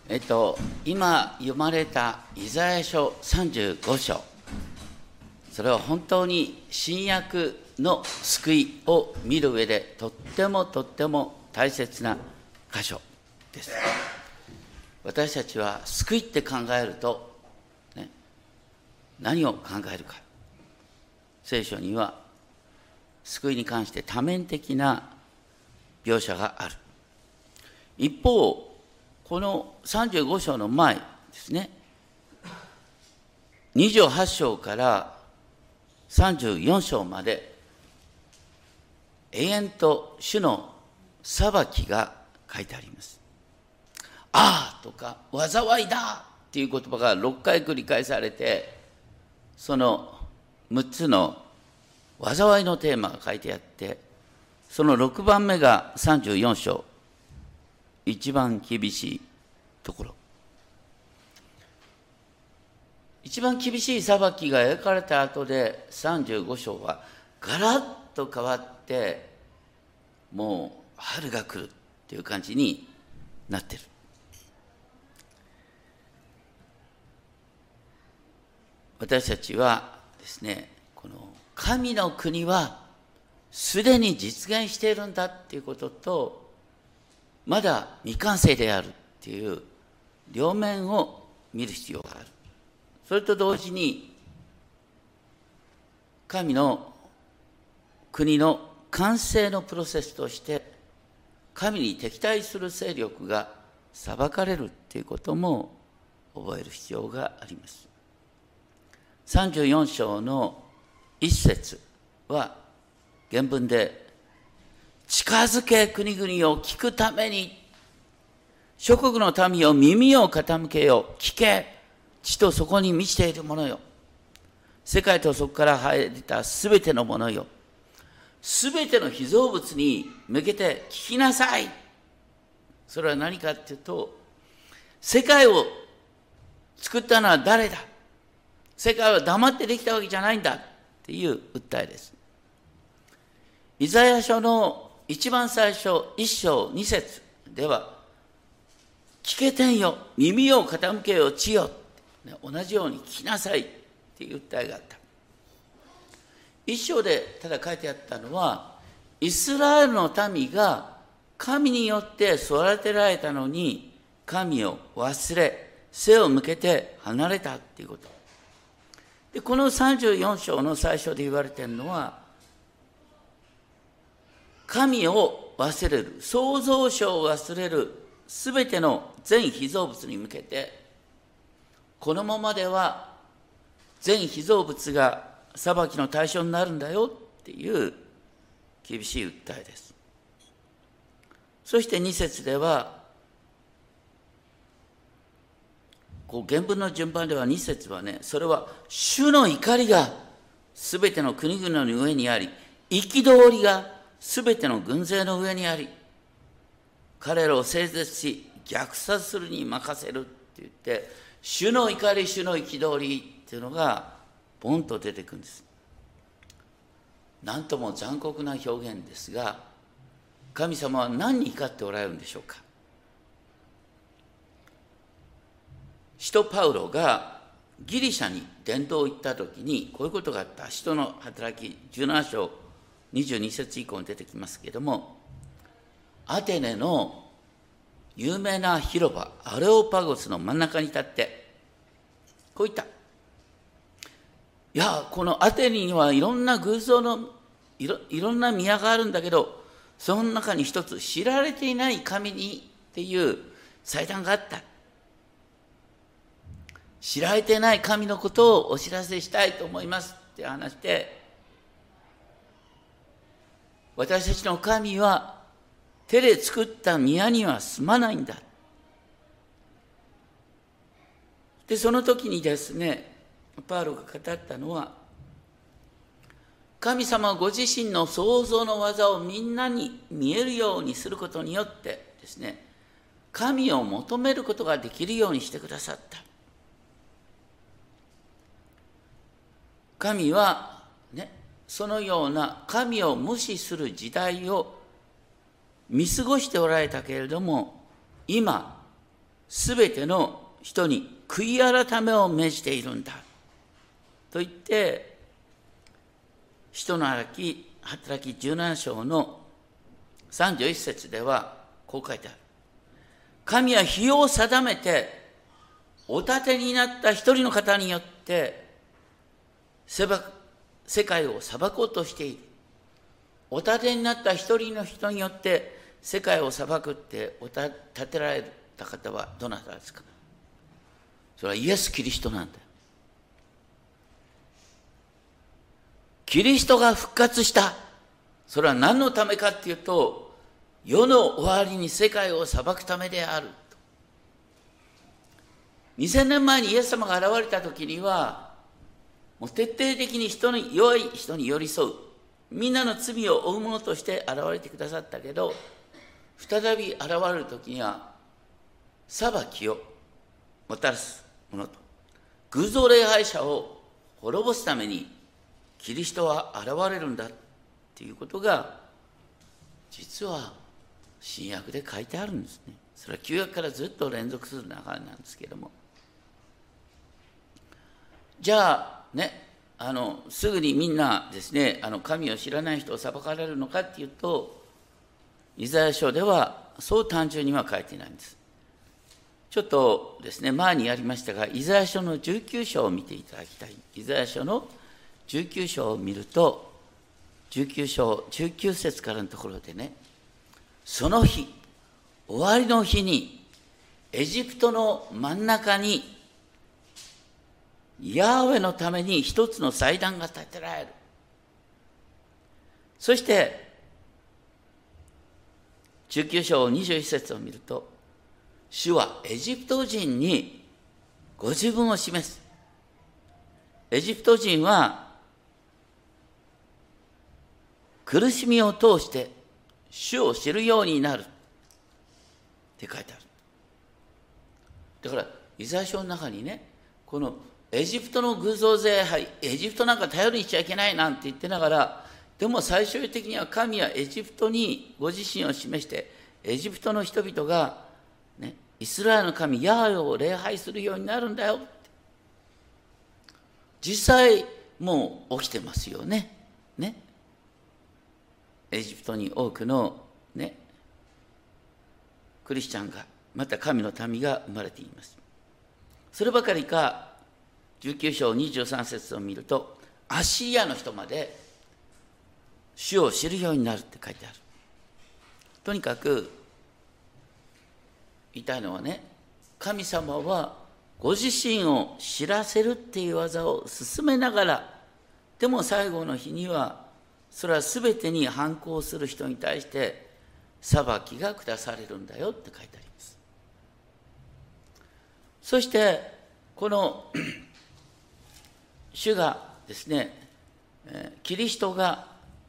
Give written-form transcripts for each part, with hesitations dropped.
今読まれたイザヤ書35章、それは本当に新約の救いを見る上でとっても大切な箇所です。私たちは救いって考えると、何を考えるか。聖書には救いに関して多面的な描写がある。一方、この35章の前ですね、28章から34章まで永遠と主の裁きが書いてあります。ああとか災いだっていう言葉が6回繰り返されて、その6つの災いのテーマが書いてあって、その6番目が34章、一番厳しいところ。一番厳しい裁きが描かれた後で35章はガラッと変わって、もう春が来るっていう感じになってる。私たちはですね、この神の国はすでに実現しているんだっていうことと、まだ未完成であるっていう両面を見る必要がある。それと同時に、神の国の完成のプロセスとして、神に敵対する勢力が裁かれるっていうことも覚える必要があります。34章の一節は原文で、近づけ国々を聞くために、諸国の民よ耳を傾けよ、聞け、地とそこに満ちているものよ、世界とそこから生え出たすべてのものよ、すべての被造物に向けて聞きなさい。それは何かっていうと、世界を作ったのは誰だ、世界は黙ってできたわけじゃないんだっていう訴えです。イザヤ書の一番最初1章2節では、聞けてんよ、耳を傾けよ、地よ、同じように聞きなさいっていう訴えがあった。一章でただ書いてあったのは、イスラエルの民が神によって育てられたのに、神を忘れ、背を向けて離れたっていうこと。で、この34章の最初で言われているのは、神を忘れる、創造主を忘れるすべての全被造物に向けて、このままでは全被造物が裁きの対象になるんだよっていう厳しい訴えです。そして2節では、原文の順番では2節はね、それは主の怒りがすべての国々の上にあり、憤りがすべての軍勢の上にあり、彼らを整絶し虐殺するに任せるって言って、主の怒り、主の憤りっていうのがボンと出てくるんです。なんとも残酷な表現ですが、神様は何に怒っておられるんでしょうか。使徒パウロがギリシャに伝道行った時にこういうことがあった。使徒の働き17章22節以降に出てきますけれども、アテネの有名な広場アレオパゴスの真ん中に立ってこう言った。いや、このアテネにはいろんな偶像のいろんな宮があるんだけど、その中に一つ知られていない神にっていう祭壇があった。知られていない神のことをお知らせしたいと思いますって話して、私たちの神は手で作った宮には住まないんだ。で、その時にですね、パウロが語ったのは、神様ご自身の創造の技をみんなに見えるようにすることによってですね、神を求めることができるようにしてくださった。神はね、そのような神を無視する時代を見過ごしておられたけれども、今すべての人に悔い改めを命じているんだと言って、使徒の働き17章の31節ではこう書いてある。神は日を定めてお立てになった一人の方によって世界を裁こうとしている。お立てになった一人の人によって世界を裁くって立てられた方はどなたですか？それはイエス・キリストなんだよ。キリストが復活した。それは何のためかっていうと、世の終わりに世界を裁くためである。2000年前にイエス様が現れた時には、もう徹底的に弱い人に寄り添う。みんなの罪を負うものとして現れてくださったけど、再び現れる時には、裁きをもたらすものと、偶像礼拝者を滅ぼすために、キリストは現れるんだっていうことが、実は新約で書いてあるんですね。それは旧約からずっと連続する流れなんですけれども。じゃあね、すぐにみんなですね、神を知らない人を裁かれるのかっていうと、イザヤ書ではそう単純には書いてないんです。ちょっとですね、前にやりましたが、イザヤ書の19章を見ていただきたい。イザヤ書の19章を見ると、19章19節からのところでね、その日、終わりの日に、エジプトの真ん中に、ヤーウェのために一つの祭壇が建てられる。そして、19章21節を見ると、主はエジプト人にご自分を示す。エジプト人は、苦しみを通して主を知るようになるって書いてある。だから、イザヤ書の中にね、このエジプトの偶像礼拝、エジプトなんか頼りにしちゃいけないなんて言ってながら、でも最終的には神はエジプトにご自身を示して、エジプトの人々が、ね、イスラエルの神ヤーウェを礼拝するようになるんだよって。実際もう起きてますよね。ね。エジプトに多くのね、クリスチャンが、また神の民が生まれています。そればかりか、19章23節を見ると、アッシリアの人まで主を知るようになるって書いてある。とにかく言いたいのはね、神様はご自身を知らせるっていう技を進めながら、でも最後の日にはそれは全てに反抗する人に対して裁きが下されるんだよって書いてあります。そしてこの主がですね、キリストが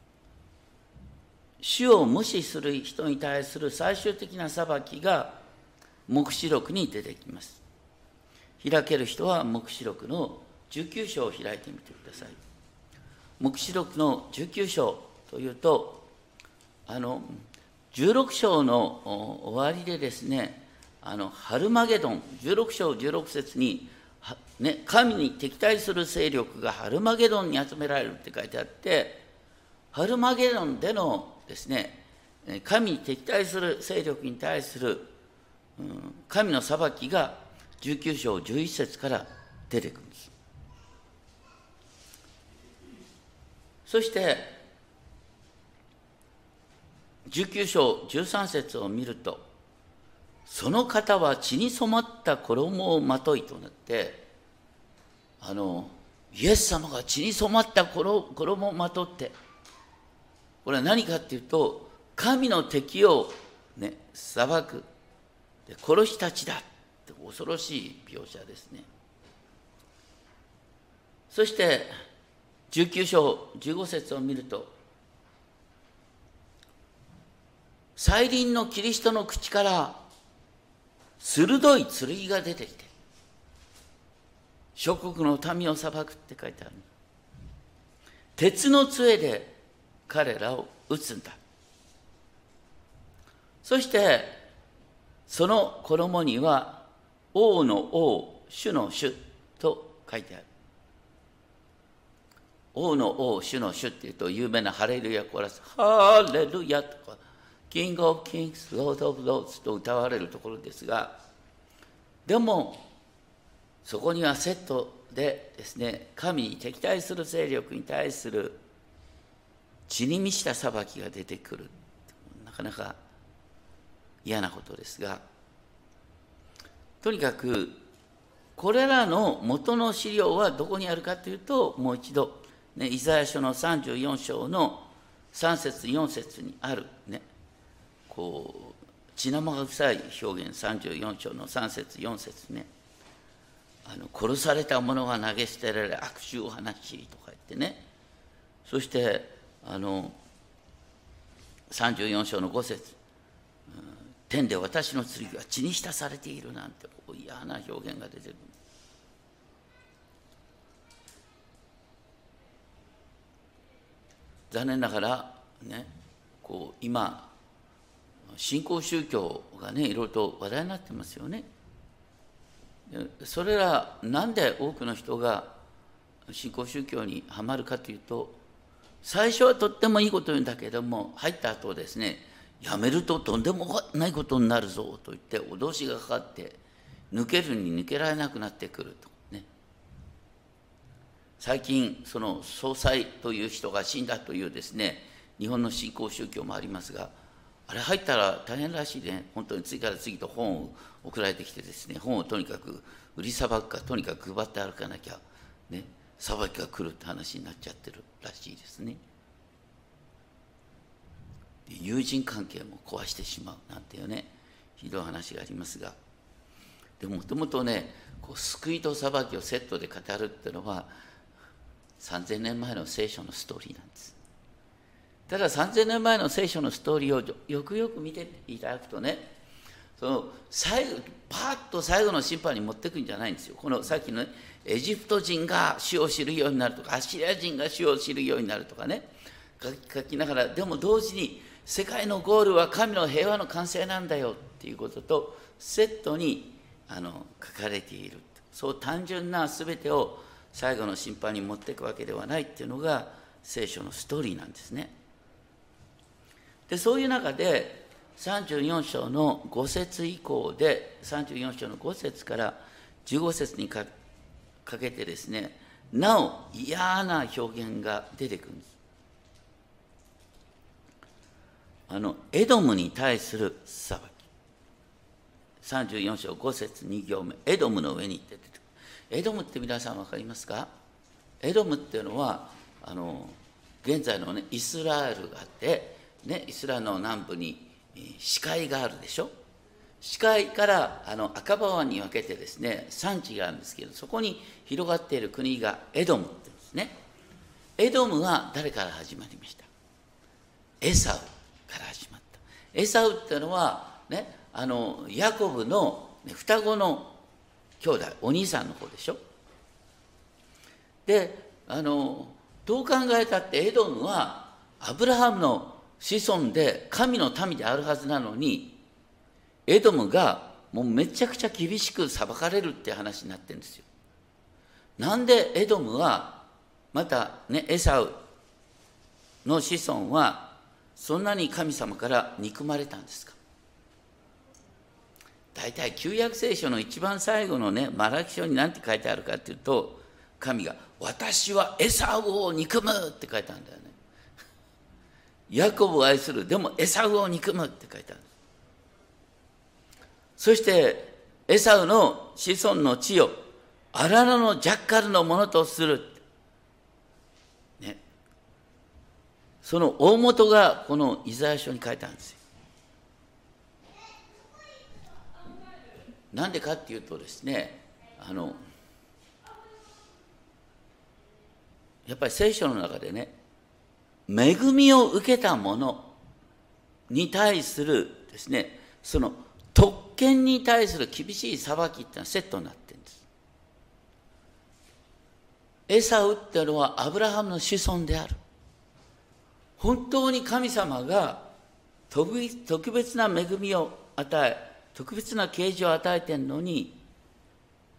主を無視する人に対する最終的な裁きが黙示録に出てきます。開ける人は黙示録の19章を開いてみてください。黙示録の19章というと、16章の終わりでですね、ハルマゲドン、16章16節に、ね、神に敵対する勢力がハルマゲドンに集められるって書いてあって、ハルマゲドンでのですね、神に敵対する勢力に対する、神の裁きが19章11節から出てくるんです。そして19章13節を見ると、その方は血に染まった衣をまといとなって、イエス様が血に染まった衣をまとって、これは何かっていうと、神の敵を、ね、裁く、殺したちだって恐ろしい描写ですね。そして19章15節を見ると、再臨のキリストの口から鋭い剣が出てきて、諸国の民を裁くって書いてある。鉄の杖で彼らを撃つんだ。そしてその衣には王の王、主の主と書いてある。王の王、主の主っていうと、有名なハレルヤコーラス、ハレルヤとか、キングオブキングス、ロードオブローズと歌われるところですが、でも、そこにはセットでですね、神に敵対する勢力に対する血に満ちた裁きが出てくる。なかなか嫌なことですが、とにかく、これらの元の資料はどこにあるかというと、もう一度、ね、イザヤ書の34章の3節4節にある、ね、こう血生臭い表現、34章の3節4節ね、殺された者が投げ捨てられ悪臭を放ちとか言ってね、そして34章の5節、天で私の剣は血に浸されているなんて嫌な表現が出てくる。残念ながらね、こう今新興宗教がね、いろいろと話題になってますよね。それらなんで多くの人が新興宗教にはまるかというと、最初はとってもいいこと言うんだけども、入った後ですね、やめるととんでもないことになるぞと言って脅しがかかって、抜けるに抜けられなくなってくるとね。最近その総裁という人が死んだというですね、日本の新興宗教もありますが、あれ入ったら大変らしいね。本当に次から次と本を送られてきてですね、本をとにかく売りさばくか、とにかく配って歩かなきゃね、裁きが来るって話になっちゃってるらしいですね。で友人関係も壊してしまうなんていうね、ひどい話がありますが、でもともとね、こう救いと裁きをセットで語るっていうのは3000年前の聖書のストーリーなんです。ただ3000年前の聖書のストーリーをよくよく見ていただくとね、その最後パーッと最後の審判に持っていくんじゃないんですよ。このさっきの、ね、エジプト人が主を知るようになるとか、アシリア人が主を知るようになるとかね、書きながら、でも同時に世界のゴールは神の平和の完成なんだよっていうこととセットに書かれている。そう単純な全てを最後の審判に持っていくわけではないっていうのが聖書のストーリーなんですね。でそういう中で34章の5節以降で、34章の5節から15節にかけてですね、なお嫌な表現が出てくるんです。エドムに対する裁き。34章5節2行目、エドムの上に出てくる。エドムって皆さん分かりますか？エドムっていうのは現在の、ね、イスラエルがあって、ね、イスラエルの南部に死海があるでしょ。死海から赤羽湾に分けてですね、産地があるんですけど、そこに広がっている国がエドムって言うんですね。エドムは誰から始まりました？エサウから始まった。エサウっていうのは、ね、ヤコブの、ね、双子の兄弟、お兄さんの方でしょ。でどう考えたってエドムはアブラハムの子孫で神の民であるはずなのに、エドムがもうめちゃくちゃ厳しく裁かれるって話になってるんですよ。なんでエドムはまたね、エサウの子孫はそんなに神様から憎まれたんですか？大体旧約聖書の一番最後のね、マラキ書に何て書いてあるかっていうと、神が私はエサウを憎むって書いてあるんだよね。ヤコブを愛する、でもエサウを憎むって書いてある。そしてエサウの子孫の地を荒野のジャッカルのものとする、ね、その大元がこのイザヤ書に書いてあるんですよ。なんでかっていうとですね、やっぱり聖書の中でね、恵みを受けた者に対するですね、その特権に対する厳しい裁きっていうのはセットになってるんです。エサウっていうのはアブラハムの子孫である。本当に神様が特別な恵みを与え、特別な啓示を与えてるのに、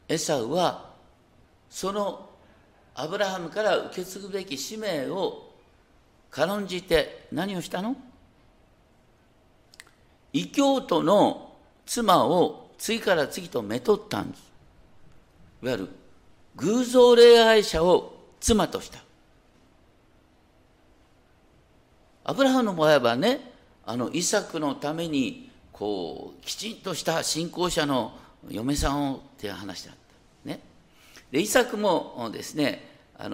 エサウはそのアブラハムから受け継ぐべき使命を軽んじて何をしたの？異教徒の妻を次から次とめとったんです。いわゆる偶像礼拝者を妻とした。アブラハムの場合はね、イサクのためにきちんとした信仰者の嫁さんをっていう話だった。ね。で、イサクもですね、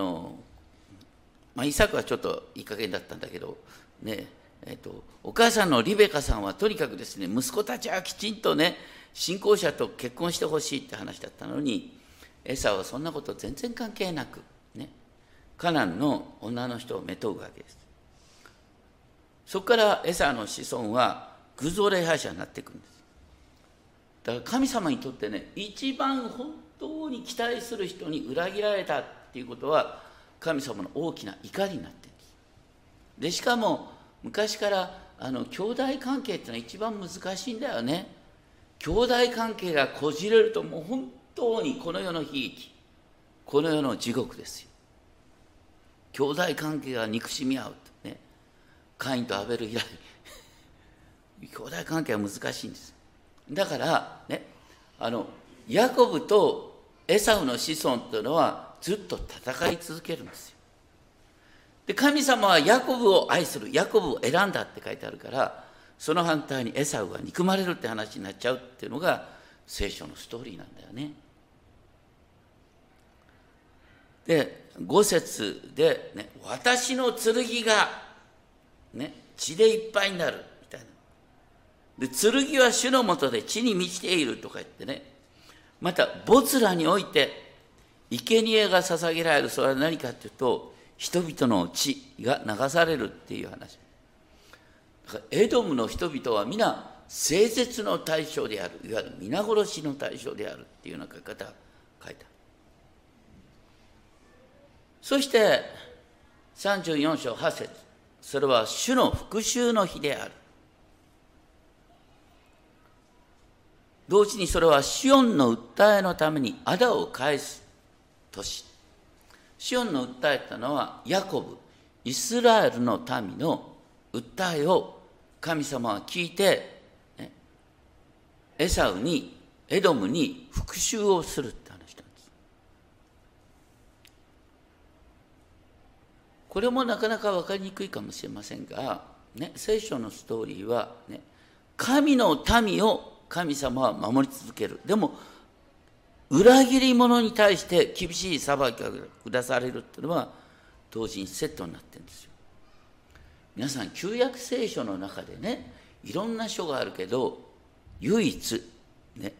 イサクはちょっといい加減だったんだけど、ね、お母さんのリベカさんはとにかくですね、息子たちはきちんとね、信仰者と結婚してほしいって話だったのに、エサはそんなこと全然関係なく、ね、カナンの女の人をめとうわけです。そこからエサの子孫は偶像礼拝者になっていくんです。だから神様にとってね、一番本当に期待する人に裏切られたっていうことは、神様の大きな怒りになっているんです。で、しかも昔から兄弟関係ってのは一番難しいんだよね。兄弟関係がこじれるともう本当にこの世の悲劇、この世の地獄ですよ。兄弟関係が憎しみ合うとね、カインとアベル以来兄弟関係は難しいんです。だからね、ヤコブとエサウの子孫というのはずっと戦い続けるんですよ。で、神様はヤコブを愛する、ヤコブを選んだって書いてあるから、その反対にエサウが憎まれるって話になっちゃうっていうのが聖書のストーリーなんだよね。で、5節で、ね、私の剣が、ね、血でいっぱいになるみたいな。で、剣は主のもとで血に満ちているとか言ってね、またボツラにおいて生贄が捧げられる。それは何かというと、人々の血が流されるっていう話。だからエドムの人々は皆聖絶の対象である、いわゆる皆殺しの対象であるっていうような書き方が書いてある。そして34章8節、それは主の復讐の日である。同時にそれはシオンの訴えのために仇を返す年。シオンの訴えたのはヤコブ、イスラエルの民の訴えを神様は聞いて、ね、エサウに、エドムに復讐をするって話なんです。これもなかなか分かりにくいかもしれませんが、ね、聖書のストーリーは、ね、神の民を神様は守り続ける。でも裏切り者に対して厳しい裁きが下されるっていうのは同時にセットになってるんですよ。皆さん、旧約聖書の中でね、いろんな書があるけど、唯一ね、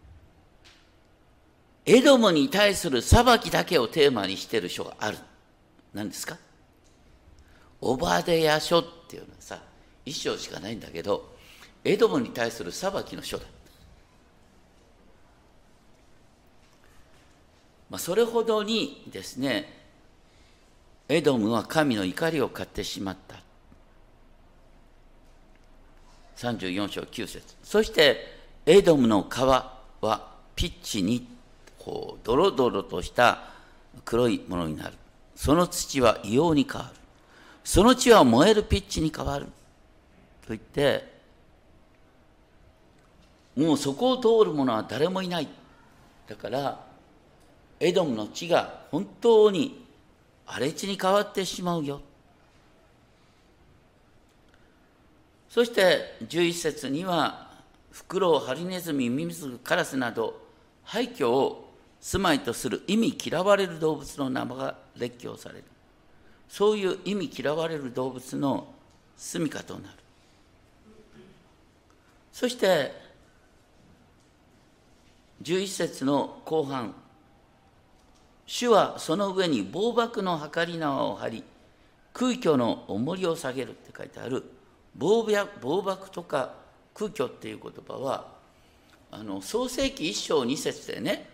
エドムに対する裁きだけをテーマにしている書がある。何ですか？オバデヤ書っていうのはさ、一章しかないんだけど、エドムに対する裁きの書だ。それほどにですね、エドムは神の怒りを買ってしまった。34章9節。そしてエドムの川はピッチにドロドロとした黒いものになる。その土は硫黄に変わる。その地は燃えるピッチに変わる。と言って、もうそこを通る者は誰もいない。だからエドムの地が本当に荒れ地に変わってしまうよ。そして11節には、フクロウ、ハリネズミ、ミミズ、カラスなど廃墟を住まいとする意味嫌われる動物の名が列挙される。そういう意味嫌われる動物の住処となる。そして11節の後半、主はその上に暴漠の計り縄を張り、空虚の重りを下げるって書いてある。暴漠とか空虚っていう言葉は、創世記1章2節でね、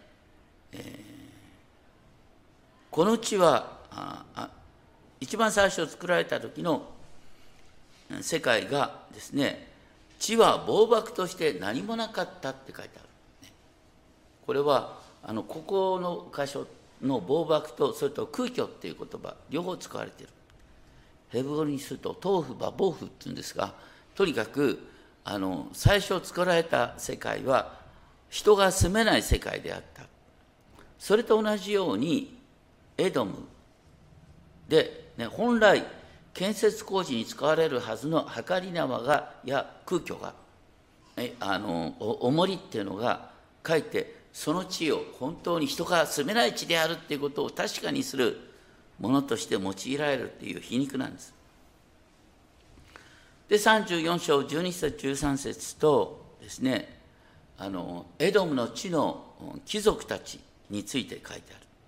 この地は一番最初作られた時の世界がですね、地は暴漠として何もなかったって書いてある。これはここの箇所の暴漠と、それと空虚っていう言葉、両方使われている。ヘブル語にすると、トーフ・バ・ボーフっていうんですが、とにかく、最初作られた世界は、人が住めない世界であった。それと同じように、エドムで、本来、建設工事に使われるはずの計り縄や空虚が、重りっていうのが書いて、その地を本当に人が住めない地であるっていうことを確かにするものとして用いられるっていう皮肉なんです。で、34章12節13節とですね、エドムの地の貴族たちについて書いて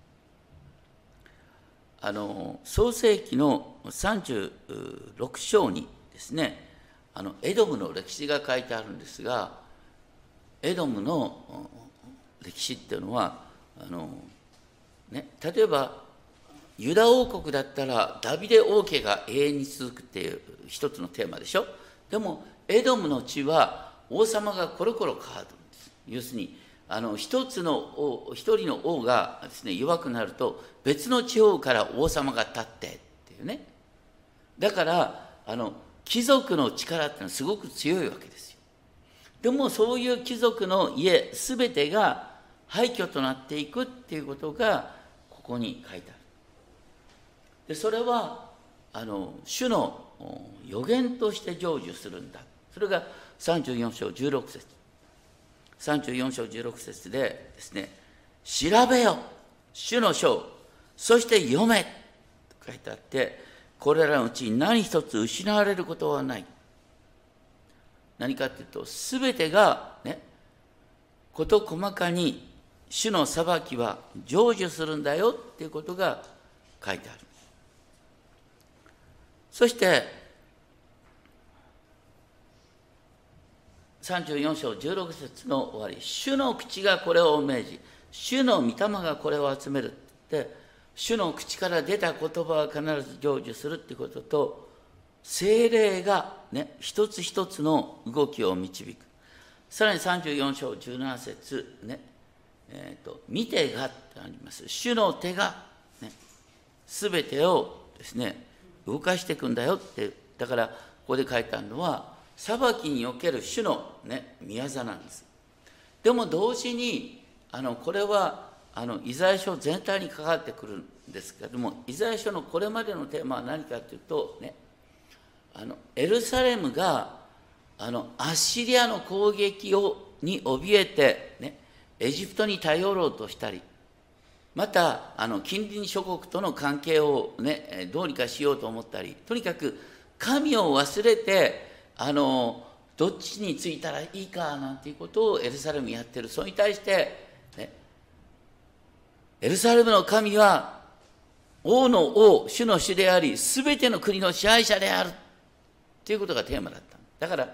ある。創世記の36章にですね、エドムの歴史が書いてあるんですが、エドムの歴史っていうのは例えばユダ王国だったらダビデ王家が永遠に続くっていう一つのテーマでしょ。でもエドムの地は王様がコロコロ変わるんです。要するに一人の王がですね弱くなると別の地方から王様が立ってっていうね。だから貴族の力っていうのはすごく強いわけですよ。でもそういう貴族の家すべてが廃墟となっていくっていうことがここに書いてある。でそれは主の予言として成就するんだ。それが34章16節34章16節でですね、調べよ主の書、そして読めと書いてあって、これらのうちに何一つ失われることはない。何かというと、すべてがね、事細かに主の裁きは成就するんだよっていうことが書いてある。そして34章16節の終わり、主の口がこれを命じ、主の御霊がこれを集めるって、主の口から出た言葉は必ず成就するってことと、聖霊がね、一つ一つの動きを導く。さらに34章17節ね、見てがってあります。主の手がね、すべてをですね、動かしていくんだよって、だからここで書いてあるのは、裁きにおける主のね、宮座なんです。でも同時に、これはイザヤ書全体に関わってくるんですけれども、イザヤ書のこれまでのテーマは何かというとね、エルサレムがアッシリアの攻撃に怯えて、ね、エジプトに頼ろうとしたり、また近隣諸国との関係を、ね、どうにかしようと思ったり、とにかく神を忘れてどっちについたらいいかなんていうことをエルサレムやってる。それに対して、ね、エルサレムの神は王の王、主の主であり、すべての国の支配者であるということがテーマだった。だから、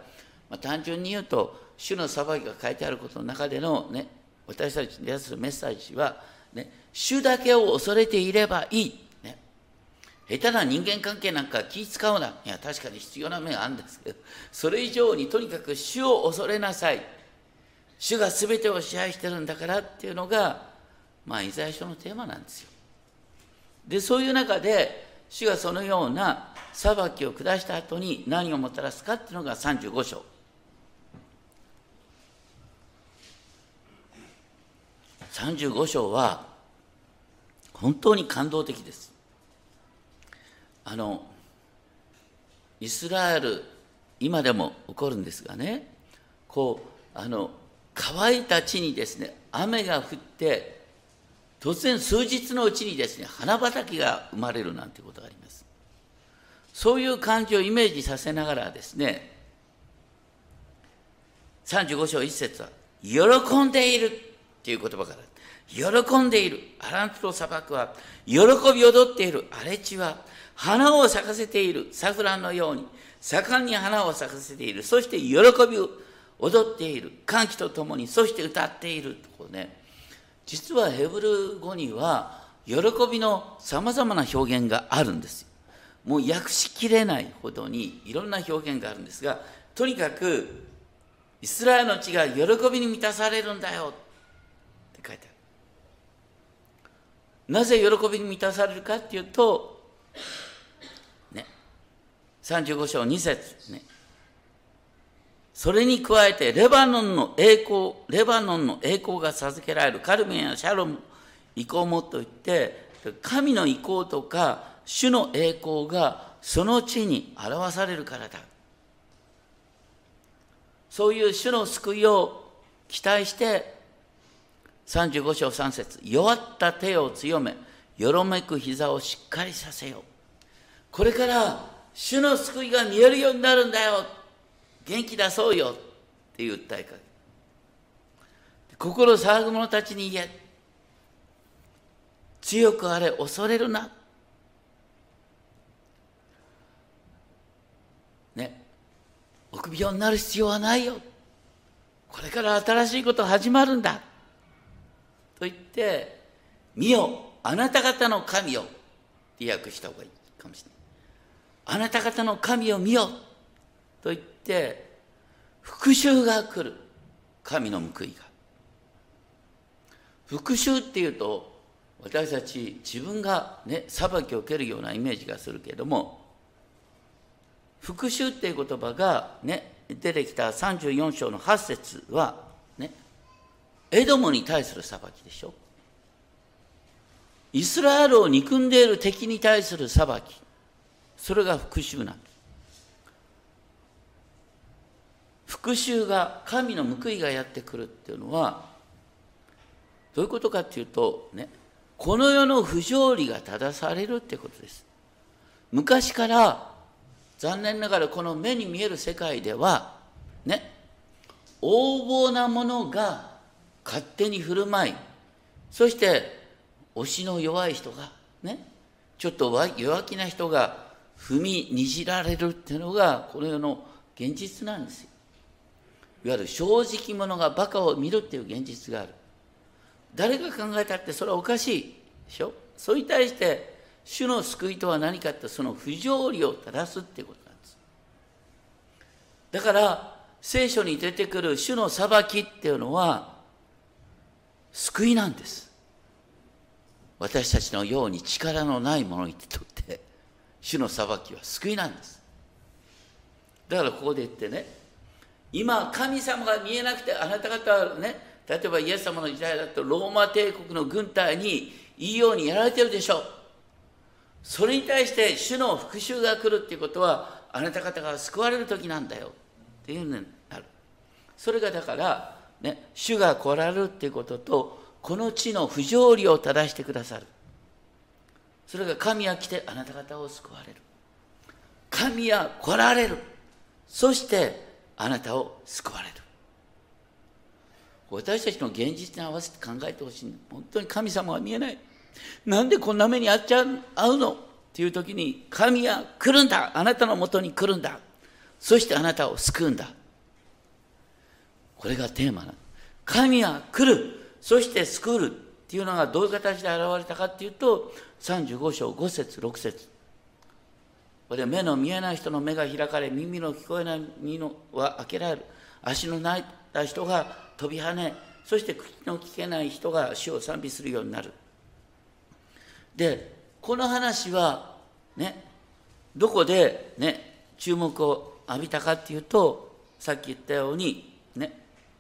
単純に言うと、主の裁きが書いてあることの中での、ね、私たちに対するメッセージは、ね、主だけを恐れていればいい。ね、下手な人間関係なんか気使うな。いや、確かに必要な面があるんですけど、それ以上にとにかく主を恐れなさい。主が全てを支配してるんだからっていうのが、イザヤ書のテーマなんですよ。で、そういう中で、主がそのような裁きを下した後に何をもたらすかっていうのが35章。35章は本当に感動的です。イスラエル、今でも起こるんですがね、乾いた地にですね、雨が降って、突然数日のうちにですね、花畑が生まれるなんてことがあります。そういう感じをイメージさせながらですね、35章1節は、喜んでいるっていう言葉から、喜んでいる。アラントの砂漠は、喜び踊っている。荒れ地は、花を咲かせている。サフランのように、盛んに花を咲かせている。そして喜びを踊っている。歓喜とともに、そして歌っている。とね、実はヘブル語には、喜びのさまざまな表現があるんですよ。もう訳しきれないほどにいろんな表現があるんですが、とにかく、イスラエルの地が喜びに満たされるんだよって書いてある。 なぜ喜びに満たされるかっていうと、ね、35章2節ね。それに加えてレバノンの栄光が授けられるカルメンやシャロム意向もといって、神の意向とか主の栄光がその地に表されるからだ。そういう主の救いを期待して、35章3節、弱った手を強め、よろめく膝をしっかりさせよ。これから主の救いが見えるようになるんだよ。元気出そうよっていう訴えかけ。心騒ぐ者たちに言え。強くあれ、恐れるな。ね。臆病になる必要はないよ。これから新しいこと始まるんだ。と言って、見よ、あなた方の神よ。って訳した方がいいかもしれない。あなた方の神を見よ。と言って、復讐が来る。神の報いが。復讐っていうと、私たち自分がね、裁きを受けるようなイメージがするけれども、復讐っていう言葉がね、出てきた34章の8節は、ね、エドムに対する裁きでしょ。イスラエルを憎んでいる敵に対する裁き。それが復讐なんです。復讐が、神の報いがやってくるっていうのは、どういうことかっていうと、ね、この世の不条理が正されるってことです。昔から、残念ながらこの目に見える世界では、ね、横暴なものが勝手に振る舞い、そして押しの弱い人が、ね、ちょっと弱気な人が踏みにじられるっていうのがこの世の現実なんですよ。いわゆる正直者がバカを見るっていう現実がある。誰が考えたってそれはおかしいでしょ。それに対して主の救いとは何かって、その不条理を正すっていうことなんです。だから聖書に出てくる主の裁きっていうのは救いなんです。私たちのように力のない者にとって主の裁きは救いなんです。だからここで言ってね、今神様が見えなくて、あなた方はね、例えばイエス様の時代だとローマ帝国の軍隊にいいようにやられてるでしょう。それに対して主の復讐が来るっていうことは、あなた方が救われる時なんだよっていうのになる。それがだからね、主が来られるっていうことと、この地の不条理を正してくださる。それが神は来てあなた方を救われる。神は来られる。そしてあなたを救われる。私たちの現実に合わせて考えてほしい。本当に神様は見えない。なんでこんな目に遭うのっていう時に、神は来るんだ。あなたのもとに来るんだ。そしてあなたを救うんだ。これがテーマなの。神は来る。そして救うっていうのがどういう形で現れたかっていうと、35章5節6節。これ目の見えない人の目が開かれ、耳の聞こえない耳は開けられる。足のない人が飛び跳ね、そして口の聞けない人が主を賛美するようになる。で、この話はね、どこでね、注目を浴びたかっていうと、さっき言ったようにね、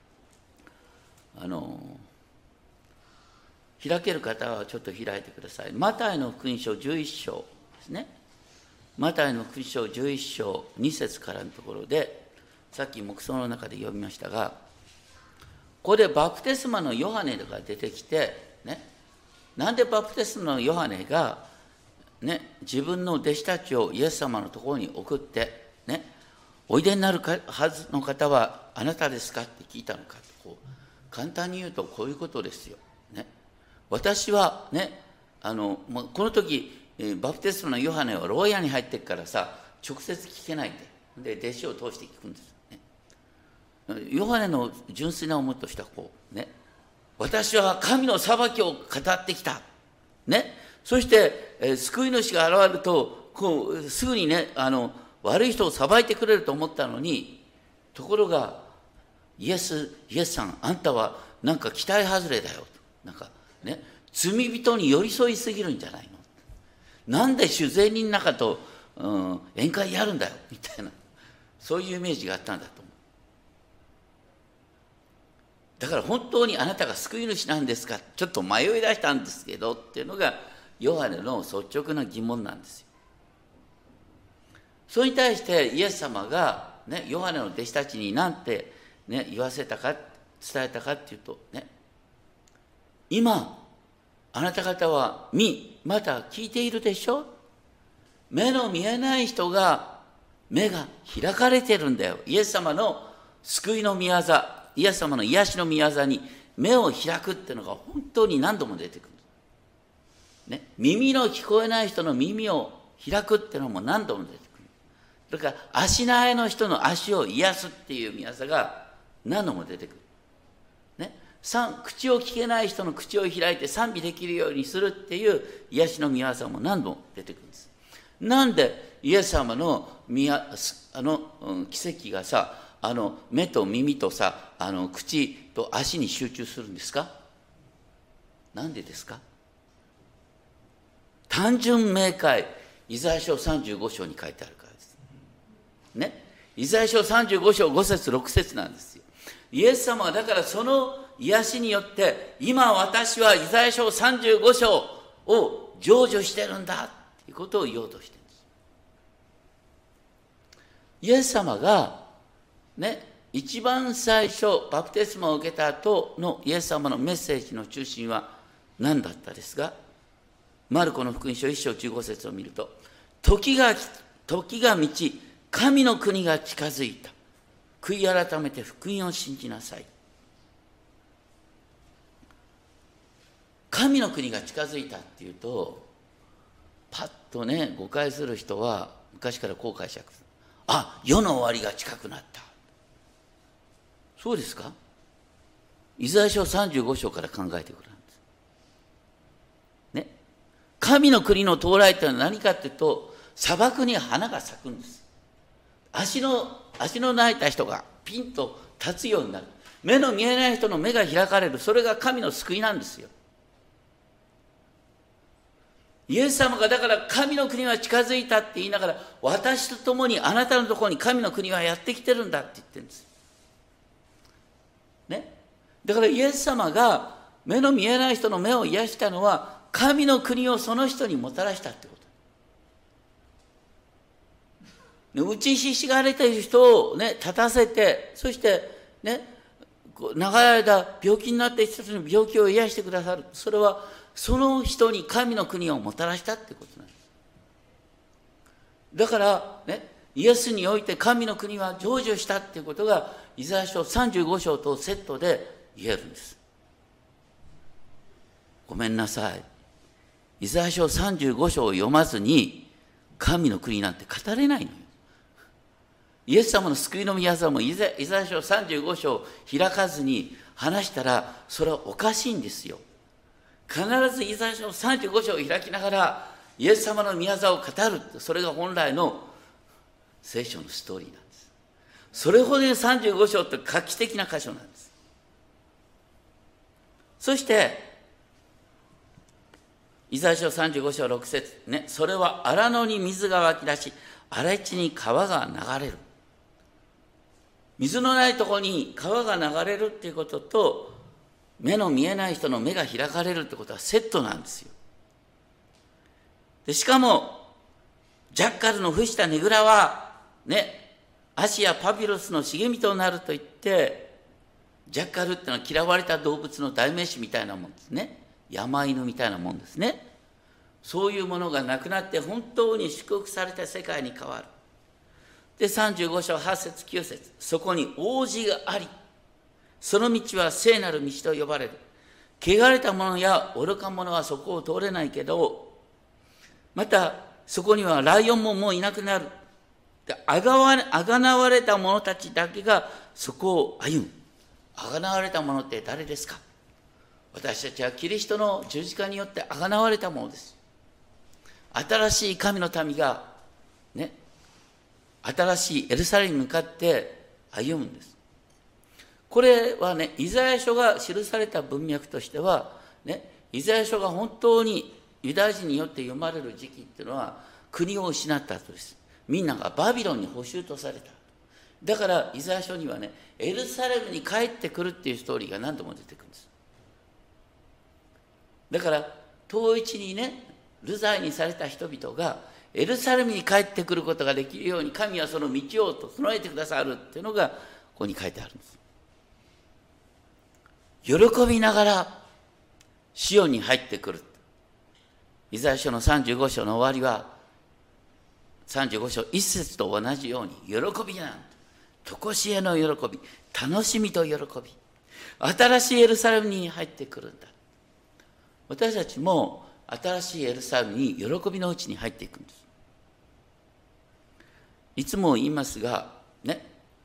開ける方はちょっと開いてください。マタイの福音書11章ですね。マタイの福音書11章2節からのところで、さっき黙想の中で読みましたが、ここでバプテスマのヨハネが出てきて、ね、なんでバプテスマのヨハネが、ね、自分の弟子たちをイエス様のところに送って、ね、おいでになるはずの方はあなたですかって聞いたのかと、簡単に言うとこういうことですよ。ね、私はね、この時バプテスマのヨハネは牢屋に入ってるからさ、直接聞けないんで、弟子を通して聞くんですね。ヨハネの純粋な思いとしてはこうね、私は神の裁きを語ってきた。ね、そして、救い主が現れるとすぐにね、悪い人を裁いてくれると思ったのに、ところがイエスさん、あんたはなんか期待外れだよ。なんかね、 罪人に寄り添いすぎるんじゃないの。なんで主税人の中と、宴会やるんだよみたいな、そういうイメージがあったんだと思う。だから本当にあなたが救い主なんですか、ちょっと迷い出したんですけどっていうのがヨハネの率直な疑問なんですよ。それに対してイエス様が、ね、ヨハネの弟子たちに何て、ね、言わせたか、伝えたかっていうとね、今あなた方はまた聞いているでしょ。目の見えない人が目が開かれてるんだよ。イエス様の救いの御業、イエス様の癒しの御業に目を開くっていうのが本当に何度も出てくる、ね、耳の聞こえない人の耳を開くっていうのも何度も出てくる。それから足のあの人の足を癒すっていう御業が何度も出てくる、ね、口を聞けない人の口を開いて賛美できるようにするっていう癒しの御業も何度も出てくるんです。なんでイエス様の奇跡がさ、目と耳とさ、口と足に集中するんですか。なんでですか。単純明快、イザヤ書35章に書いてあるからです。ね。イザヤ書35章5節6節なんですよ。イエス様はだからその癒しによって、今私はイザヤ書35章を成就してるんだということを言おうとしているんです。イエス様がね、一番最初バプテスマを受けた後のイエス様のメッセージの中心は何だったですか。マルコの福音書1章15節を見ると、時が満ち神の国が近づいた、悔い改めて福音を信じなさい。神の国が近づいたっていうと、パッとね誤解する人は昔からこう解釈する。世の終わりが近くなった。そうですか。イザヤ書35章から考えてごらんです。ね。神の国の到来というのは何かっていうと、砂漠に花が咲くんです。足の泣いた人がピンと立つようになる。目の見えない人の目が開かれる。それが神の救いなんですよ。イエス様がだから神の国は近づいたって言いながら、私と共にあなたのところに神の国はやってきてるんだって言ってるんです。ね。だからイエス様が目の見えない人の目を癒したのは、神の国をその人にもたらしたってこと。打ちひしがれている人をね、立たせて、そしてね、長い間病気になっている人たちの病気を癒してくださる。それはその人に神の国をもたらしたってことなんです。だからね、イエスにおいて神の国は成就したっていうことがイザヤ書35章とセットで言えるんです。ごめんなさい。イザヤ書35章を読まずに神の国なんて語れないのよ。イエス様の救いの御業もイザヤ書35章を開かずに話したら、それはおかしいんですよ。必ずイザヤ書35章を開きながらイエス様の御業を語る。それが本来の聖書のストーリーなんです。それほどに35章って画期的な箇所なんです。そしてイザヤ書35章6節ね、それは荒野に水が湧き出し、荒地に川が流れる。水のないところに川が流れるっていうことと、目の見えない人の目が開かれるってことはセットなんですよ。でしかもジャッカルの伏したねぐらはね、アシアパピロスの茂みとなると言って、ジャッカルってのは嫌われた動物の代名詞みたいなもんですね。山犬みたいなもんですね。そういうものがなくなって本当に祝福された世界に変わる。で35章8節9節、そこに王子があり、その道は聖なる道と呼ばれる。汚れた者や愚か者はそこを通れないけど、またそこにはライオンももういなくなる。あがなわれた者たちだけがそこを歩む。あがなわれた者って誰ですか。私たちはキリストの十字架によってあがなわれたものです。新しい神の民がね、新しいエルサレムに向かって歩むんです。これはね、イザヤ書が記された文脈としては、ね、 イザヤ書が本当にユダヤ人によって読まれる時期っていうのは、国を失った後です。みんながバビロンに捕囚とされた。だからイザヤ書にはね、エルサレムに帰ってくるっていうストーリーが何度も出てくるんです。だから統一にね、流罪にされた人々がエルサレムに帰ってくることができるように、神はその道を整えてくださるっていうのがここに書いてあるんです。喜びながらシオンに入ってくる。イザヤ書の35章の終わりは、35章1節と同じように、喜びなん、とこしえの喜び、楽しみと喜び、新しいエルサレムに入ってくるんだ。私たちも新しいエルサレムに喜びのうちに入っていくんです。いつも言いますがね、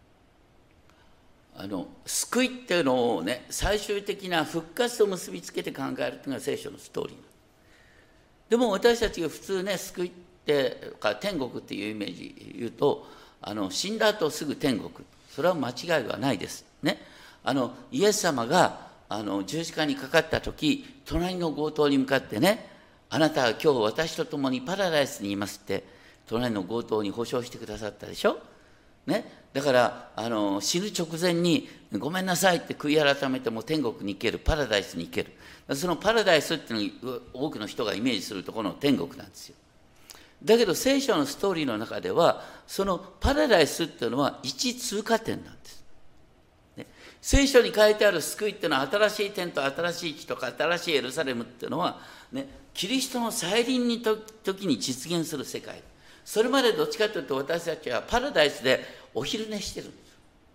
救いっていうのをね、最終的な復活と結びつけて考えるというのが聖書のストーリー。でも私たちが普通ね、救いってか天国っていうイメージ言うと、死んだ後すぐ天国、それは間違いはないですね。イエス様が十字架にかかった時、隣の強盗に向かってね、あなたは今日私と共にパラダイスにいますって隣の強盗に保証してくださったでしょ、ね、だから死ぬ直前にごめんなさいって悔い改めても天国に行ける、パラダイスに行ける。そのパラダイスっていうのを多くの人がイメージするところの天国なんですよ。だけど聖書のストーリーの中では、そのパラダイスっていうのは一通過点なんです、ね、聖書に書いてある救いっていうのは、新しい天と新しい地とか新しいエルサレムっていうのは、ね、キリストの再臨に時に実現する世界。それまでどっちかというと私たちはパラダイスでお昼寝してるんです。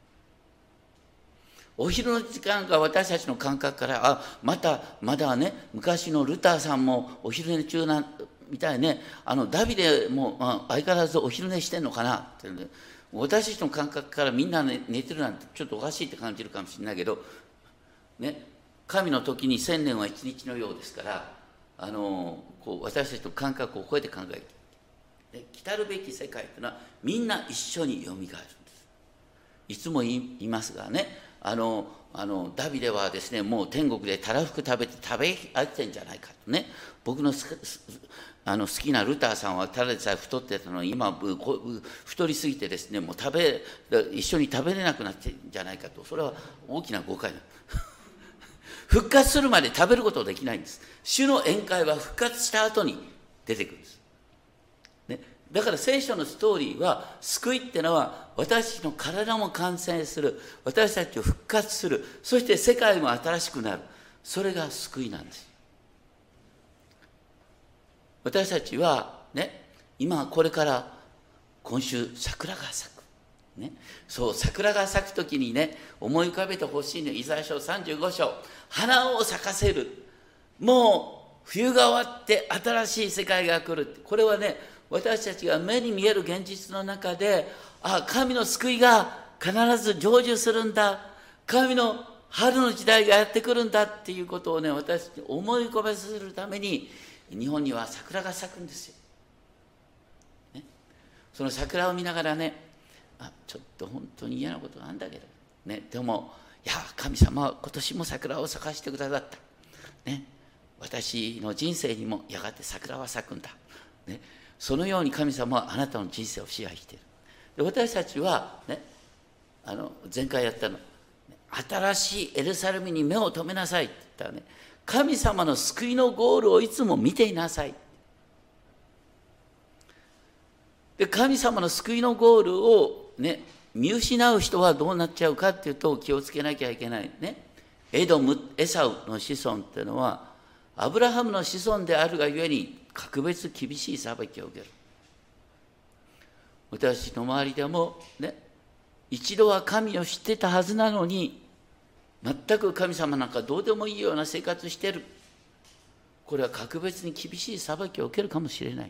お昼の時間が私たちの感覚から、まだね、昔のルターさんもお昼寝中なみたいね、ダビデも、相変わらずお昼寝してんのかなって、ね、私たちの感覚からみんな、ね、寝てるなんてちょっとおかしいって感じるかもしれないけど、ね、神の時に1000年は一日のようですから、私たちの感覚を超えて考えて、ね、来たるべき世界というのはみんな一緒によみがえるんです。いつも言いますがね、ダビデはですね、もう天国でたらふく食べ飽きてんじゃないかとね。僕の好きなルターさんはただでさえ太ってたのに、今太りすぎてですね、もう一緒に食べれなくなってんじゃないかと。それは大きな誤解なんです。復活するまで食べることはできないんです。主の宴会は復活した後に出てくるんです、ね、だから聖書のストーリーは、救いっていうのは私たちの体も完成する、私たちを復活する、そして世界も新しくなる、それが救いなんです。私たちはね、今これから今週桜が咲く、ね、そう桜が咲く時にね、思い浮かべてほしいの。イザヤ書35章、花を咲かせる、もう冬が終わって新しい世界が来る。これはね、私たちが目に見える現実の中で、神の救いが必ず成就するんだ、神の春の時代がやってくるんだっていうことをね、私たちに思い浮かべさせるために、日本には桜が咲くんですよ、ね、その桜を見ながらね、ちょっと本当に嫌なことなんだけど、ね、でも神様は今年も桜を咲かせてくださった、ね、私の人生にもやがて桜は咲くんだ、ね、そのように神様はあなたの人生を支配している。で、私たちはね、前回やったの、新しいエルサレムに目を留めなさいって言ったらね、神様の救いのゴールをいつも見ていなさい。で、神様の救いのゴールをね、見失う人はどうなっちゃうかっていうと、気をつけなきゃいけないね。エサウの子孫っていうのはアブラハムの子孫であるがゆえに格別厳しい裁きを受ける。私の周りでもね、一度は神を知ってたはずなのに、全く神様なんかどうでもいいような生活してる。これは格別に厳しい裁きを受けるかもしれない。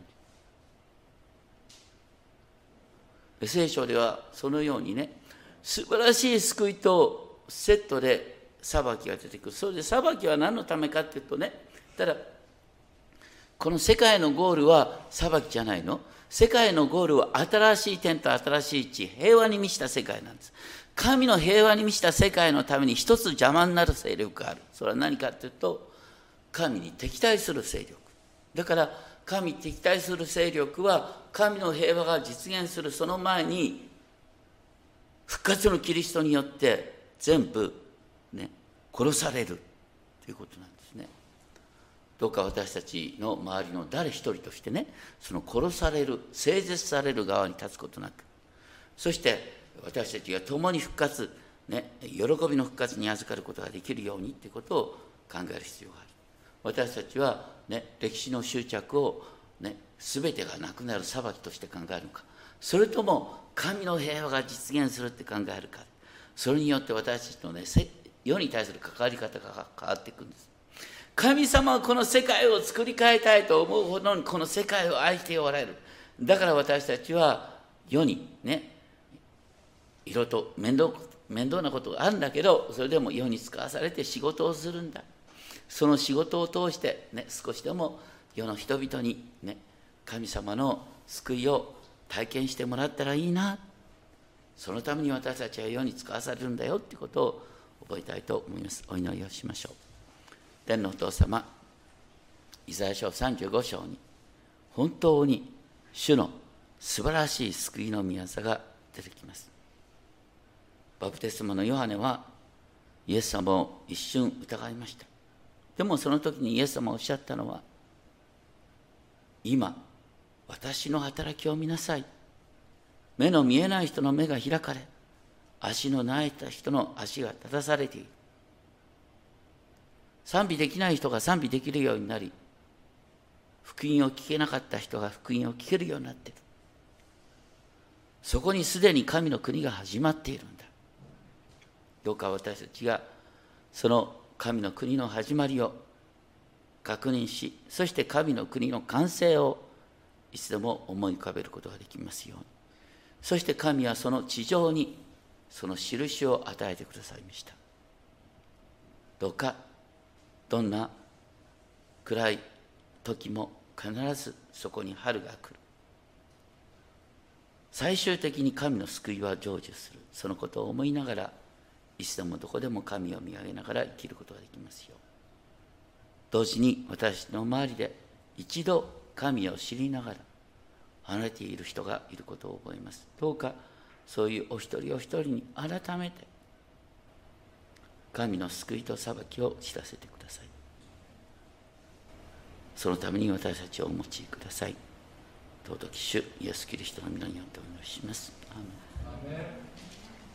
聖書ではそのようにね、素晴らしい救いとセットで裁きが出てくる。それで裁きは何のためかっていうとね、ただこの世界のゴールは裁きじゃないの。世界のゴールは新しい天と新しい地、平和に満ちた世界なんです。神の平和に満ちた世界のために一つ邪魔になる勢力がある。それは何かというと、 神に敵対する勢力。だから神に敵対する勢力は神の平和が実現するその前に復活のキリストによって全部ね殺されるということなんですね。どうか私たちの周りの誰一人としてね、その殺される、整絶される側に立つことなく、そして私たちが共に復活、ね、喜びの復活に預かることができるようにということを考える必要がある。私たちは、ね、歴史の執着を、ね、全てがなくなる裁きとして考えるのか、それとも神の平和が実現するって考えるか、それによって私たちの、ね、世に対する関わり方が変わっていくんです。神様はこの世界を作り変えたいと思うほどにこの世界を愛しておられる。だから私たちは世にね、いろいろと面倒なことがあるんだけど、それでも世に使わされて仕事をするんだ。その仕事を通して、ね、少しでも世の人々に、ね、神様の救いを体験してもらったらいいな。そのために私たちは世に使わされるんだよということを覚えたいと思います。お祈りをしましょう。天のお父様、イザヤ書35章に本当に主の素晴らしい救いの御業が出てきます。バプテスマのヨハネはイエス様を一瞬疑いました。でもその時にイエス様がおっしゃったのは、今私の働きを見なさい。目の見えない人の目が開かれ、足のない人の足が立たされている。賛美できない人が賛美できるようになり、福音を聞けなかった人が福音を聞けるようになっている。そこにすでに神の国が始まっているんだ。どうか私たちがその神の国の始まりを確認し、そして神の国の完成をいつでも思い浮かべることができますように。そして神はその地上にその印を与えてくださいました。どうかどんな暗い時も必ずそこに春が来る。最終的に神の救いは成就する。そのことを思いながら、いつでもどこでも神を見上げながら生きることができますよう。同時に私の周りで一度神を知りながら離れている人がいることを覚えます。どうかそういうお一人お一人に改めて神の救いと裁きを知らせてください。そのために私たちをお用いください。尊き主イエスキリストの皆によってお祈りします。アーメン。